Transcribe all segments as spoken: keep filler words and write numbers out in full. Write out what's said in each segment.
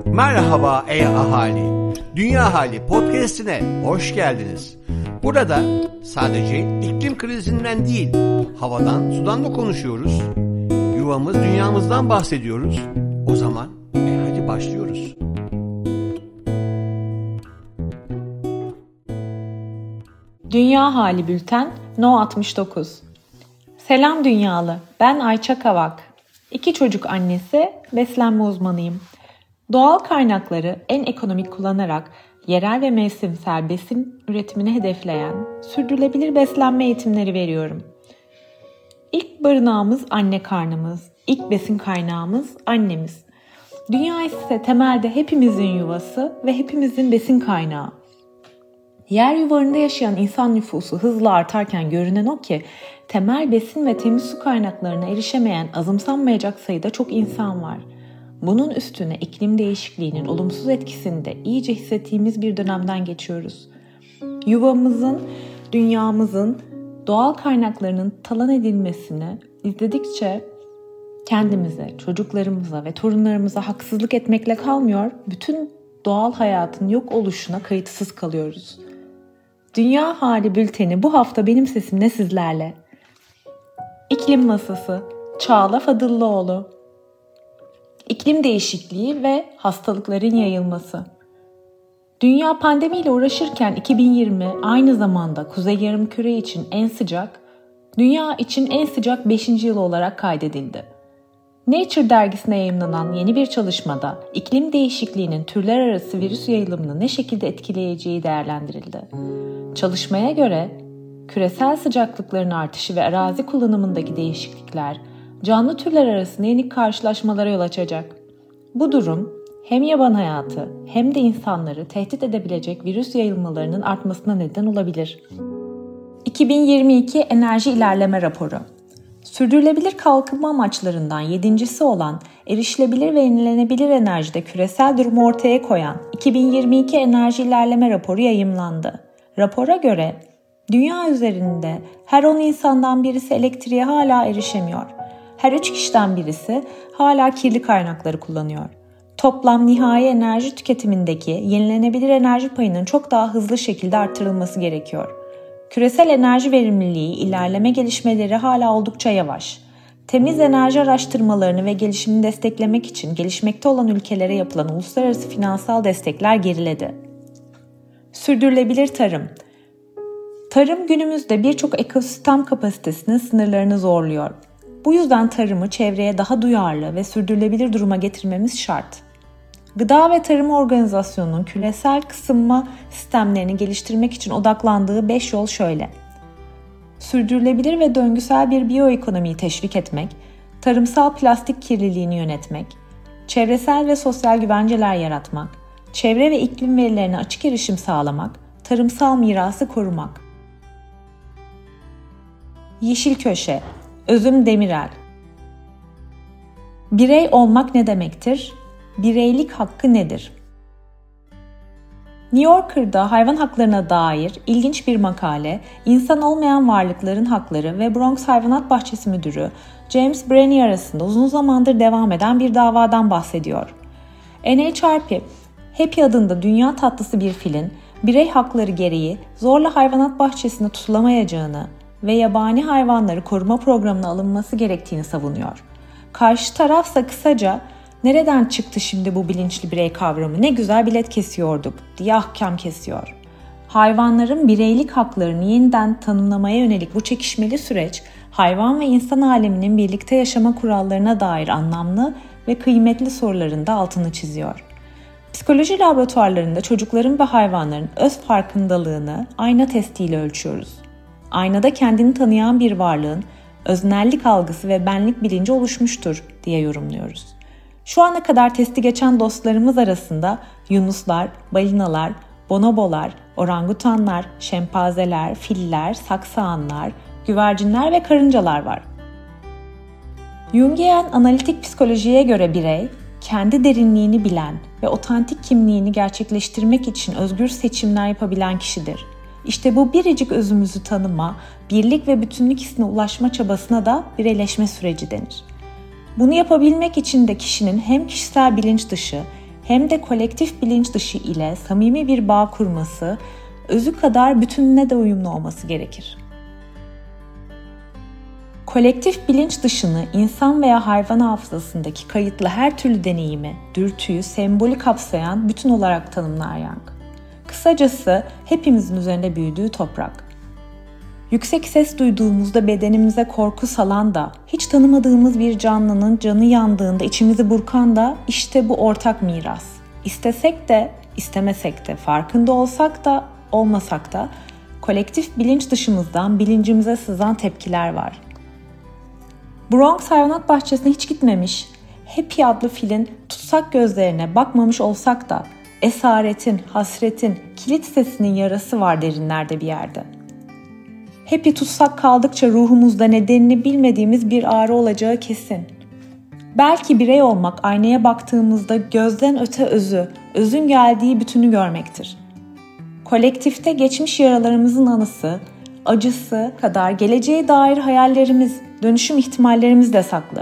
Merhaba ey ahali, Dünya Hali Podcast'ine hoş geldiniz. Burada sadece iklim krizinden değil, havadan, sudan da konuşuyoruz. Yuvamız, dünyamızdan bahsediyoruz. O zaman e hadi başlıyoruz. Dünya Hali Bülten No altmış dokuz. Selam dünyalı, ben Ayça Kavak. İki çocuk annesi, beslenme uzmanıyım. Doğal kaynakları en ekonomik kullanarak yerel ve mevsimsel besin üretimini hedefleyen sürdürülebilir beslenme eğitimleri veriyorum. İlk barınağımız anne karnımız, ilk besin kaynağımız annemiz. Dünya ise temelde hepimizin yuvası ve hepimizin besin kaynağı. Yer yuvarında yaşayan insan nüfusu hızla artarken görünen o ki temel besin ve temiz su kaynaklarına erişemeyen azımsanmayacak sayıda çok insan var. Bunun üstüne iklim değişikliğinin olumsuz etkisini de iyice hissettiğimiz bir dönemden geçiyoruz. Yuvamızın, dünyamızın doğal kaynaklarının talan edilmesini izledikçe kendimize, çocuklarımıza ve torunlarımıza haksızlık etmekle kalmıyor, bütün doğal hayatın yok oluşuna kayıtsız kalıyoruz. Dünya Hali Bülteni bu hafta benim sesimle sizlerle. İklim Masası, Çağla Fadıllıoğlu. İklim değişikliği ve hastalıkların yayılması. Dünya pandemiyle uğraşırken iki bin yirmi aynı zamanda Kuzey Yarımküre için en sıcak, dünya için en sıcak beşinci yıl olarak kaydedildi. Nature dergisine yayımlanan yeni bir çalışmada iklim değişikliğinin türler arası virüs yayılımını ne şekilde etkileyeceği değerlendirildi. Çalışmaya göre küresel sıcaklıkların artışı ve arazi kullanımındaki değişiklikler canlı türler arasında yeni karşılaşmalara yol açacak. Bu durum hem yaban hayatı hem de insanları tehdit edebilecek virüs yayılmalarının artmasına neden olabilir. iki bin yirmi iki Enerji İlerleme Raporu. Sürdürülebilir kalkınma amaçlarından yedincisi olan erişilebilir ve yenilenebilir enerjide küresel durumu ortaya koyan iki bin yirmi iki Enerji İlerleme Raporu yayımlandı. Rapora göre dünya üzerinde her on insandan birisi elektriğe hala erişemiyor. Her üç kişiden birisi hala kirli kaynakları kullanıyor. Toplam nihai enerji tüketimindeki yenilenebilir enerji payının çok daha hızlı şekilde artırılması gerekiyor. Küresel enerji verimliliği, ilerleme gelişmeleri hala oldukça yavaş. Temiz enerji araştırmalarını ve gelişimini desteklemek için gelişmekte olan ülkelere yapılan uluslararası finansal destekler geriledi. Sürdürülebilir tarım. Tarım günümüzde birçok ekosistem kapasitesinin sınırlarını zorluyor. Bu yüzden tarımı çevreye daha duyarlı ve sürdürülebilir duruma getirmemiz şart. Gıda ve Tarım Organizasyonu'nun küresel kısınma sistemlerini geliştirmek için odaklandığı beş yol şöyle. Sürdürülebilir ve döngüsel bir biyoekonomiyi teşvik etmek, tarımsal plastik kirliliğini yönetmek, çevresel ve sosyal güvenceler yaratmak, çevre ve iklim verilerine açık erişim sağlamak, tarımsal mirası korumak. Yeşil Köşe, Özüm Demirel. Birey olmak ne demektir? Bireylik hakkı nedir? New Yorker'da hayvan haklarına dair ilginç bir makale, insan olmayan varlıkların hakları ve Bronx Hayvanat Bahçesi Müdürü James Braney arasında uzun zamandır devam eden bir davadan bahsediyor. N H R P, Happy adında dünya tatlısı bir filin birey hakları gereği zorla hayvanat bahçesinde tutulamayacağını ve yabani hayvanları koruma programına alınması gerektiğini savunuyor. Karşı tarafsa kısaca "Nereden çıktı şimdi bu bilinçli birey kavramı? Ne güzel bilet kesiyorduk" diye ahkam kesiyor. Hayvanların bireylik haklarını yeniden tanımlamaya yönelik bu çekişmeli süreç, hayvan ve insan aleminin birlikte yaşama kurallarına dair anlamlı ve kıymetli soruların da altını çiziyor. Psikoloji laboratuvarlarında çocukların ve hayvanların öz farkındalığını ayna testiyle ölçüyoruz. Aynada kendini tanıyan bir varlığın öznellik algısı ve benlik bilinci oluşmuştur diye yorumluyoruz. Şu ana kadar testi geçen dostlarımız arasında yunuslar, balinalar, bonobolar, orangutanlar, şempanzeler, filler, saksağanlar, güvercinler ve karıncalar var. Jungian analitik psikolojiye göre birey, kendi derinliğini bilen ve otantik kimliğini gerçekleştirmek için özgür seçimler yapabilen kişidir. İşte bu biricik özümüzü tanıma, birlik ve bütünlük hissine ulaşma çabasına da bireyleşme süreci denir. Bunu yapabilmek için de kişinin hem kişisel bilinç dışı hem de kolektif bilinç dışı ile samimi bir bağ kurması, özü kadar bütününe de uyumlu olması gerekir. Kolektif bilinç dışını insan veya hayvan hafızasındaki kayıtlı her türlü deneyimi, dürtüyü, sembolü kapsayan bütün olarak tanımlar Jung. Kısacası hepimizin üzerinde büyüdüğü toprak. Yüksek ses duyduğumuzda bedenimize korku salan da, hiç tanımadığımız bir canlının canı yandığında içimizi burkan da işte bu ortak miras. İstesek de, istemesek de, farkında olsak da, olmasak da kolektif bilinç dışımızdan bilincimize sızan tepkiler var. Bronx Hayvanat Bahçesi'ne hiç gitmemiş, Happy adlı filin tutsak gözlerine bakmamış olsak da esaretin, hasretin, kilit sesinin yarası var derinlerde bir yerde. Happy tutsak kaldıkça ruhumuzda nedenini bilmediğimiz bir ağrı olacağı kesin. Belki birey olmak aynaya baktığımızda gözden öte özü, özün geldiği bütünü görmektir. Kolektifte geçmiş yaralarımızın anısı, acısı kadar geleceğe dair hayallerimiz, dönüşüm ihtimallerimiz de saklı.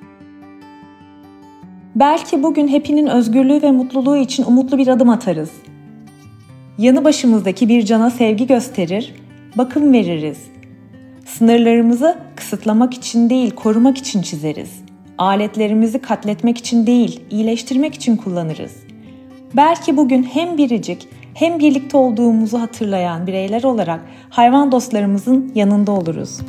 Belki bugün Happy'nin özgürlüğü ve mutluluğu için umutlu bir adım atarız. Yanı başımızdaki bir cana sevgi gösterir, bakım veririz. Sınırlarımızı kısıtlamak için değil, korumak için çizeriz. Aletlerimizi katletmek için değil, iyileştirmek için kullanırız. Belki bugün hem biricik hem birlikte olduğumuzu hatırlayan bireyler olarak hayvan dostlarımızın yanında oluruz.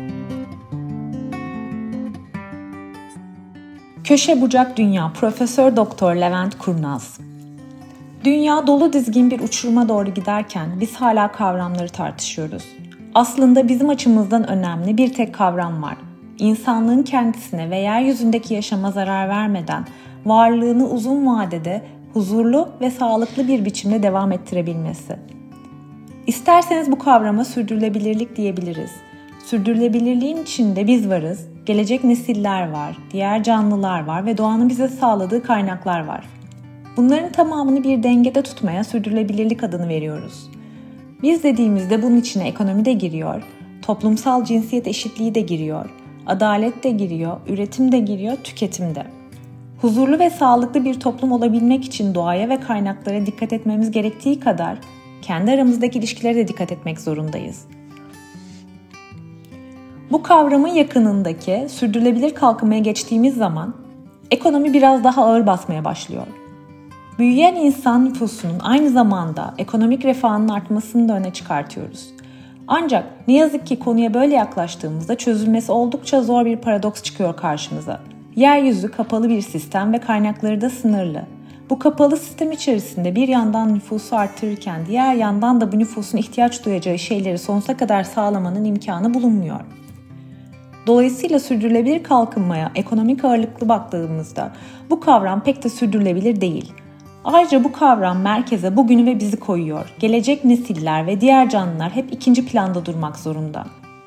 Köşe bucak dünya, Profesör Doktor Levent Kurnaz. Dünya dolu dizgin bir uçuruma doğru giderken biz hala kavramları tartışıyoruz. Aslında bizim açımızdan önemli bir tek kavram var. İnsanlığın kendisine ve yeryüzündeki yaşama zarar vermeden varlığını uzun vadede huzurlu ve sağlıklı bir biçimde devam ettirebilmesi. İsterseniz bu kavrama sürdürülebilirlik diyebiliriz. Sürdürülebilirliğin içinde biz varız, gelecek nesiller var, diğer canlılar var ve doğanın bize sağladığı kaynaklar var. Bunların tamamını bir dengede tutmaya sürdürülebilirlik adını veriyoruz. Biz dediğimizde bunun içine ekonomi de giriyor, toplumsal cinsiyet eşitliği de giriyor, adalet de giriyor, üretim de giriyor, tüketim de. Huzurlu ve sağlıklı bir toplum olabilmek için doğaya ve kaynaklara dikkat etmemiz gerektiği kadar kendi aramızdaki ilişkilere de dikkat etmek zorundayız. Bu kavramın yakınındaki sürdürülebilir kalkınmaya geçtiğimiz zaman ekonomi biraz daha ağır basmaya başlıyor. Büyüyen insan nüfusunun aynı zamanda ekonomik refahının artmasını da öne çıkartıyoruz. Ancak ne yazık ki konuya böyle yaklaştığımızda çözülmesi oldukça zor bir paradoks çıkıyor karşımıza. Yeryüzü kapalı bir sistem ve kaynakları da sınırlı. Bu kapalı sistem içerisinde bir yandan nüfusu arttırırken diğer yandan da bu nüfusun ihtiyaç duyacağı şeyleri sonsuza kadar sağlamanın imkanı bulunmuyor. Dolayısıyla sürdürülebilir kalkınmaya ekonomik ağırlıklı baktığımızda bu kavram pek de sürdürülebilir değil. Ayrıca bu kavram merkeze bugünü ve bizi koyuyor. Gelecek nesiller ve diğer canlılar hep ikinci planda durmak zorunda.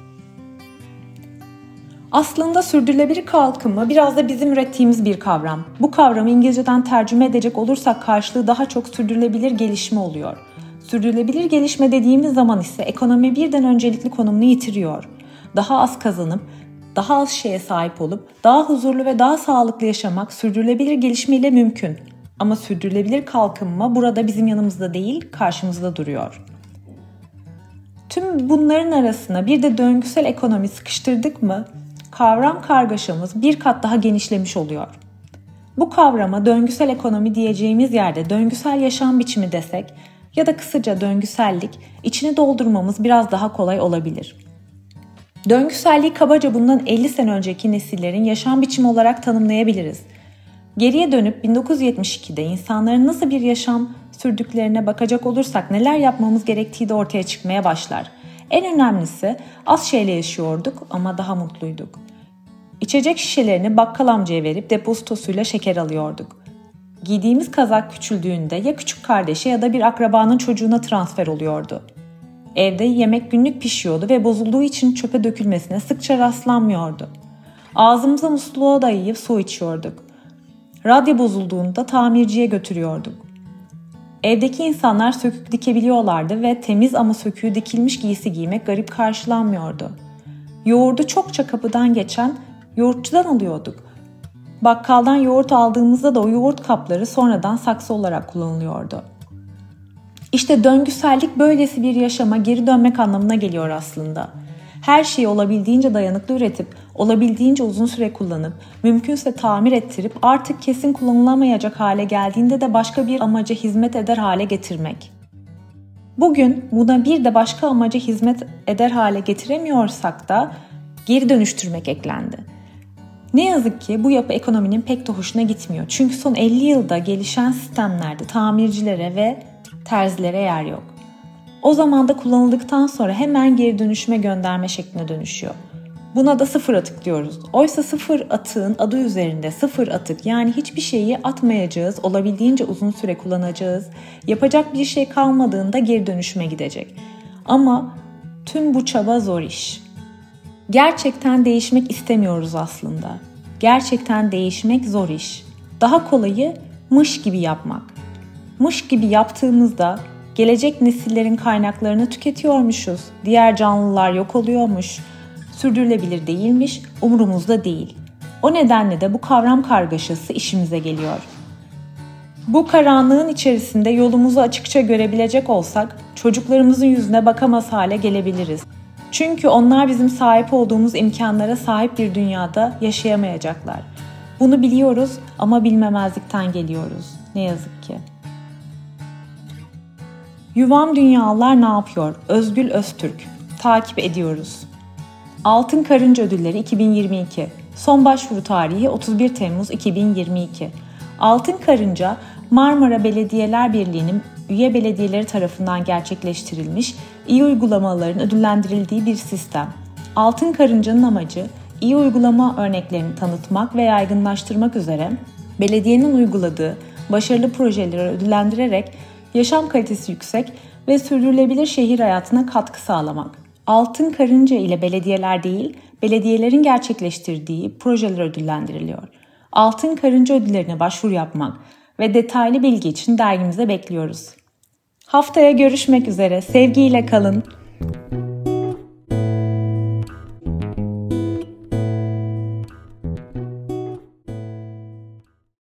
Aslında sürdürülebilir kalkınma biraz da bizim ürettiğimiz bir kavram. Bu kavramı İngilizceden tercüme edecek olursak karşılığı daha çok sürdürülebilir gelişme oluyor. Sürdürülebilir gelişme dediğimiz zaman ise ekonomi birden öncelikli konumunu yitiriyor. Daha az kazanıp, daha az şeye sahip olup, daha huzurlu ve daha sağlıklı yaşamak sürdürülebilir gelişmeyle mümkün. Ama sürdürülebilir kalkınma burada bizim yanımızda değil, karşımızda duruyor. Tüm bunların arasına bir de döngüsel ekonomi sıkıştırdık mı, kavram kargaşamız bir kat daha genişlemiş oluyor. Bu kavrama döngüsel ekonomi diyeceğimiz yerde döngüsel yaşam biçimi desek ya da kısaca döngüsellik, içini doldurmamız biraz daha kolay olabilir. Döngüselliği kabaca bundan elli sene önceki nesillerin yaşam biçimi olarak tanımlayabiliriz. Geriye dönüp bin dokuz yüz yetmiş ikide insanların nasıl bir yaşam sürdüklerine bakacak olursak neler yapmamız gerektiği de ortaya çıkmaya başlar. En önemlisi az şeyle yaşıyorduk ama daha mutluyduk. İçecek şişelerini bakkal amcaya verip depozitosuyla şeker alıyorduk. Giydiğimiz kazak küçüldüğünde ya küçük kardeşe ya da bir akrabanın çocuğuna transfer oluyordu. Evde yemek günlük pişiyordu ve bozulduğu için çöpe dökülmesine sıkça rastlanmıyordu. Ağzımıza musluğa dayayıp su içiyorduk. Radyo bozulduğunda tamirciye götürüyorduk. Evdeki insanlar sökük dikebiliyorlardı ve temiz ama söküğü dikilmiş giysi giymek garip karşılanmıyordu. Yoğurdu çokça kapıdan geçen yoğurtçudan alıyorduk. Bakkaldan yoğurt aldığımızda da o yoğurt kapları sonradan saksı olarak kullanılıyordu. İşte döngüsellik böylesi bir yaşama geri dönmek anlamına geliyor aslında. Her şeyi olabildiğince dayanıklı üretip, olabildiğince uzun süre kullanıp, mümkünse tamir ettirip artık kesin kullanılamayacak hale geldiğinde de başka bir amaca hizmet eder hale getirmek. Bugün buna bir de başka amaca hizmet eder hale getiremiyorsak da geri dönüştürmek eklendi. Ne yazık ki bu yapı ekonominin pek de hoşuna gitmiyor. Çünkü son elli yılda gelişen sistemlerde tamircilere ve terzilere yer yok. O zaman da kullanıldıktan sonra hemen geri dönüşüme gönderme şekline dönüşüyor. Buna da sıfır atık diyoruz. Oysa sıfır atığın adı üzerinde sıfır atık, yani hiçbir şeyi atmayacağız, olabildiğince uzun süre kullanacağız, yapacak bir şey kalmadığında geri dönüşüme gidecek. Ama tüm bu çaba zor iş. Gerçekten değişmek istemiyoruz aslında. Gerçekten değişmek zor iş. Daha kolayı mış gibi yapmak. Mış gibi yaptığımızda gelecek nesillerin kaynaklarını tüketiyormuşuz. Diğer canlılar yok oluyormuş. Sürdürülebilir değilmiş, umurumuzda değil. O nedenle de bu kavram kargaşası işimize geliyor. Bu karanlığın içerisinde yolumuzu açıkça görebilecek olsak çocuklarımızın yüzüne bakamaz hale gelebiliriz. Çünkü onlar bizim sahip olduğumuz imkanlara sahip bir dünyada yaşayamayacaklar. Bunu biliyoruz ama bilmemezlikten geliyoruz. Ne yazık ki. Yuvam Dünyalar ne yapıyor? Özgül Öztürk. Takip ediyoruz. Altın Karınca Ödülleri iki bin yirmi iki. Son başvuru tarihi otuz bir Temmuz iki bin yirmi iki. Altın Karınca, Marmara Belediyeler Birliği'nin üye belediyeleri tarafından gerçekleştirilmiş iyi uygulamaların ödüllendirildiği bir sistem. Altın Karınca'nın amacı, iyi uygulama örneklerini tanıtmak ve yaygınlaştırmak üzere belediyenin uyguladığı başarılı projeleri ödüllendirerek yaşam kalitesi yüksek ve sürdürülebilir şehir hayatına katkı sağlamak. Altın Karınca ile belediyeler değil, belediyelerin gerçekleştirdiği projeler ödüllendiriliyor. Altın Karınca ödüllerine başvuru yapmak ve detaylı bilgi için dergimize bekliyoruz. Haftaya görüşmek üzere. Sevgiyle kalın.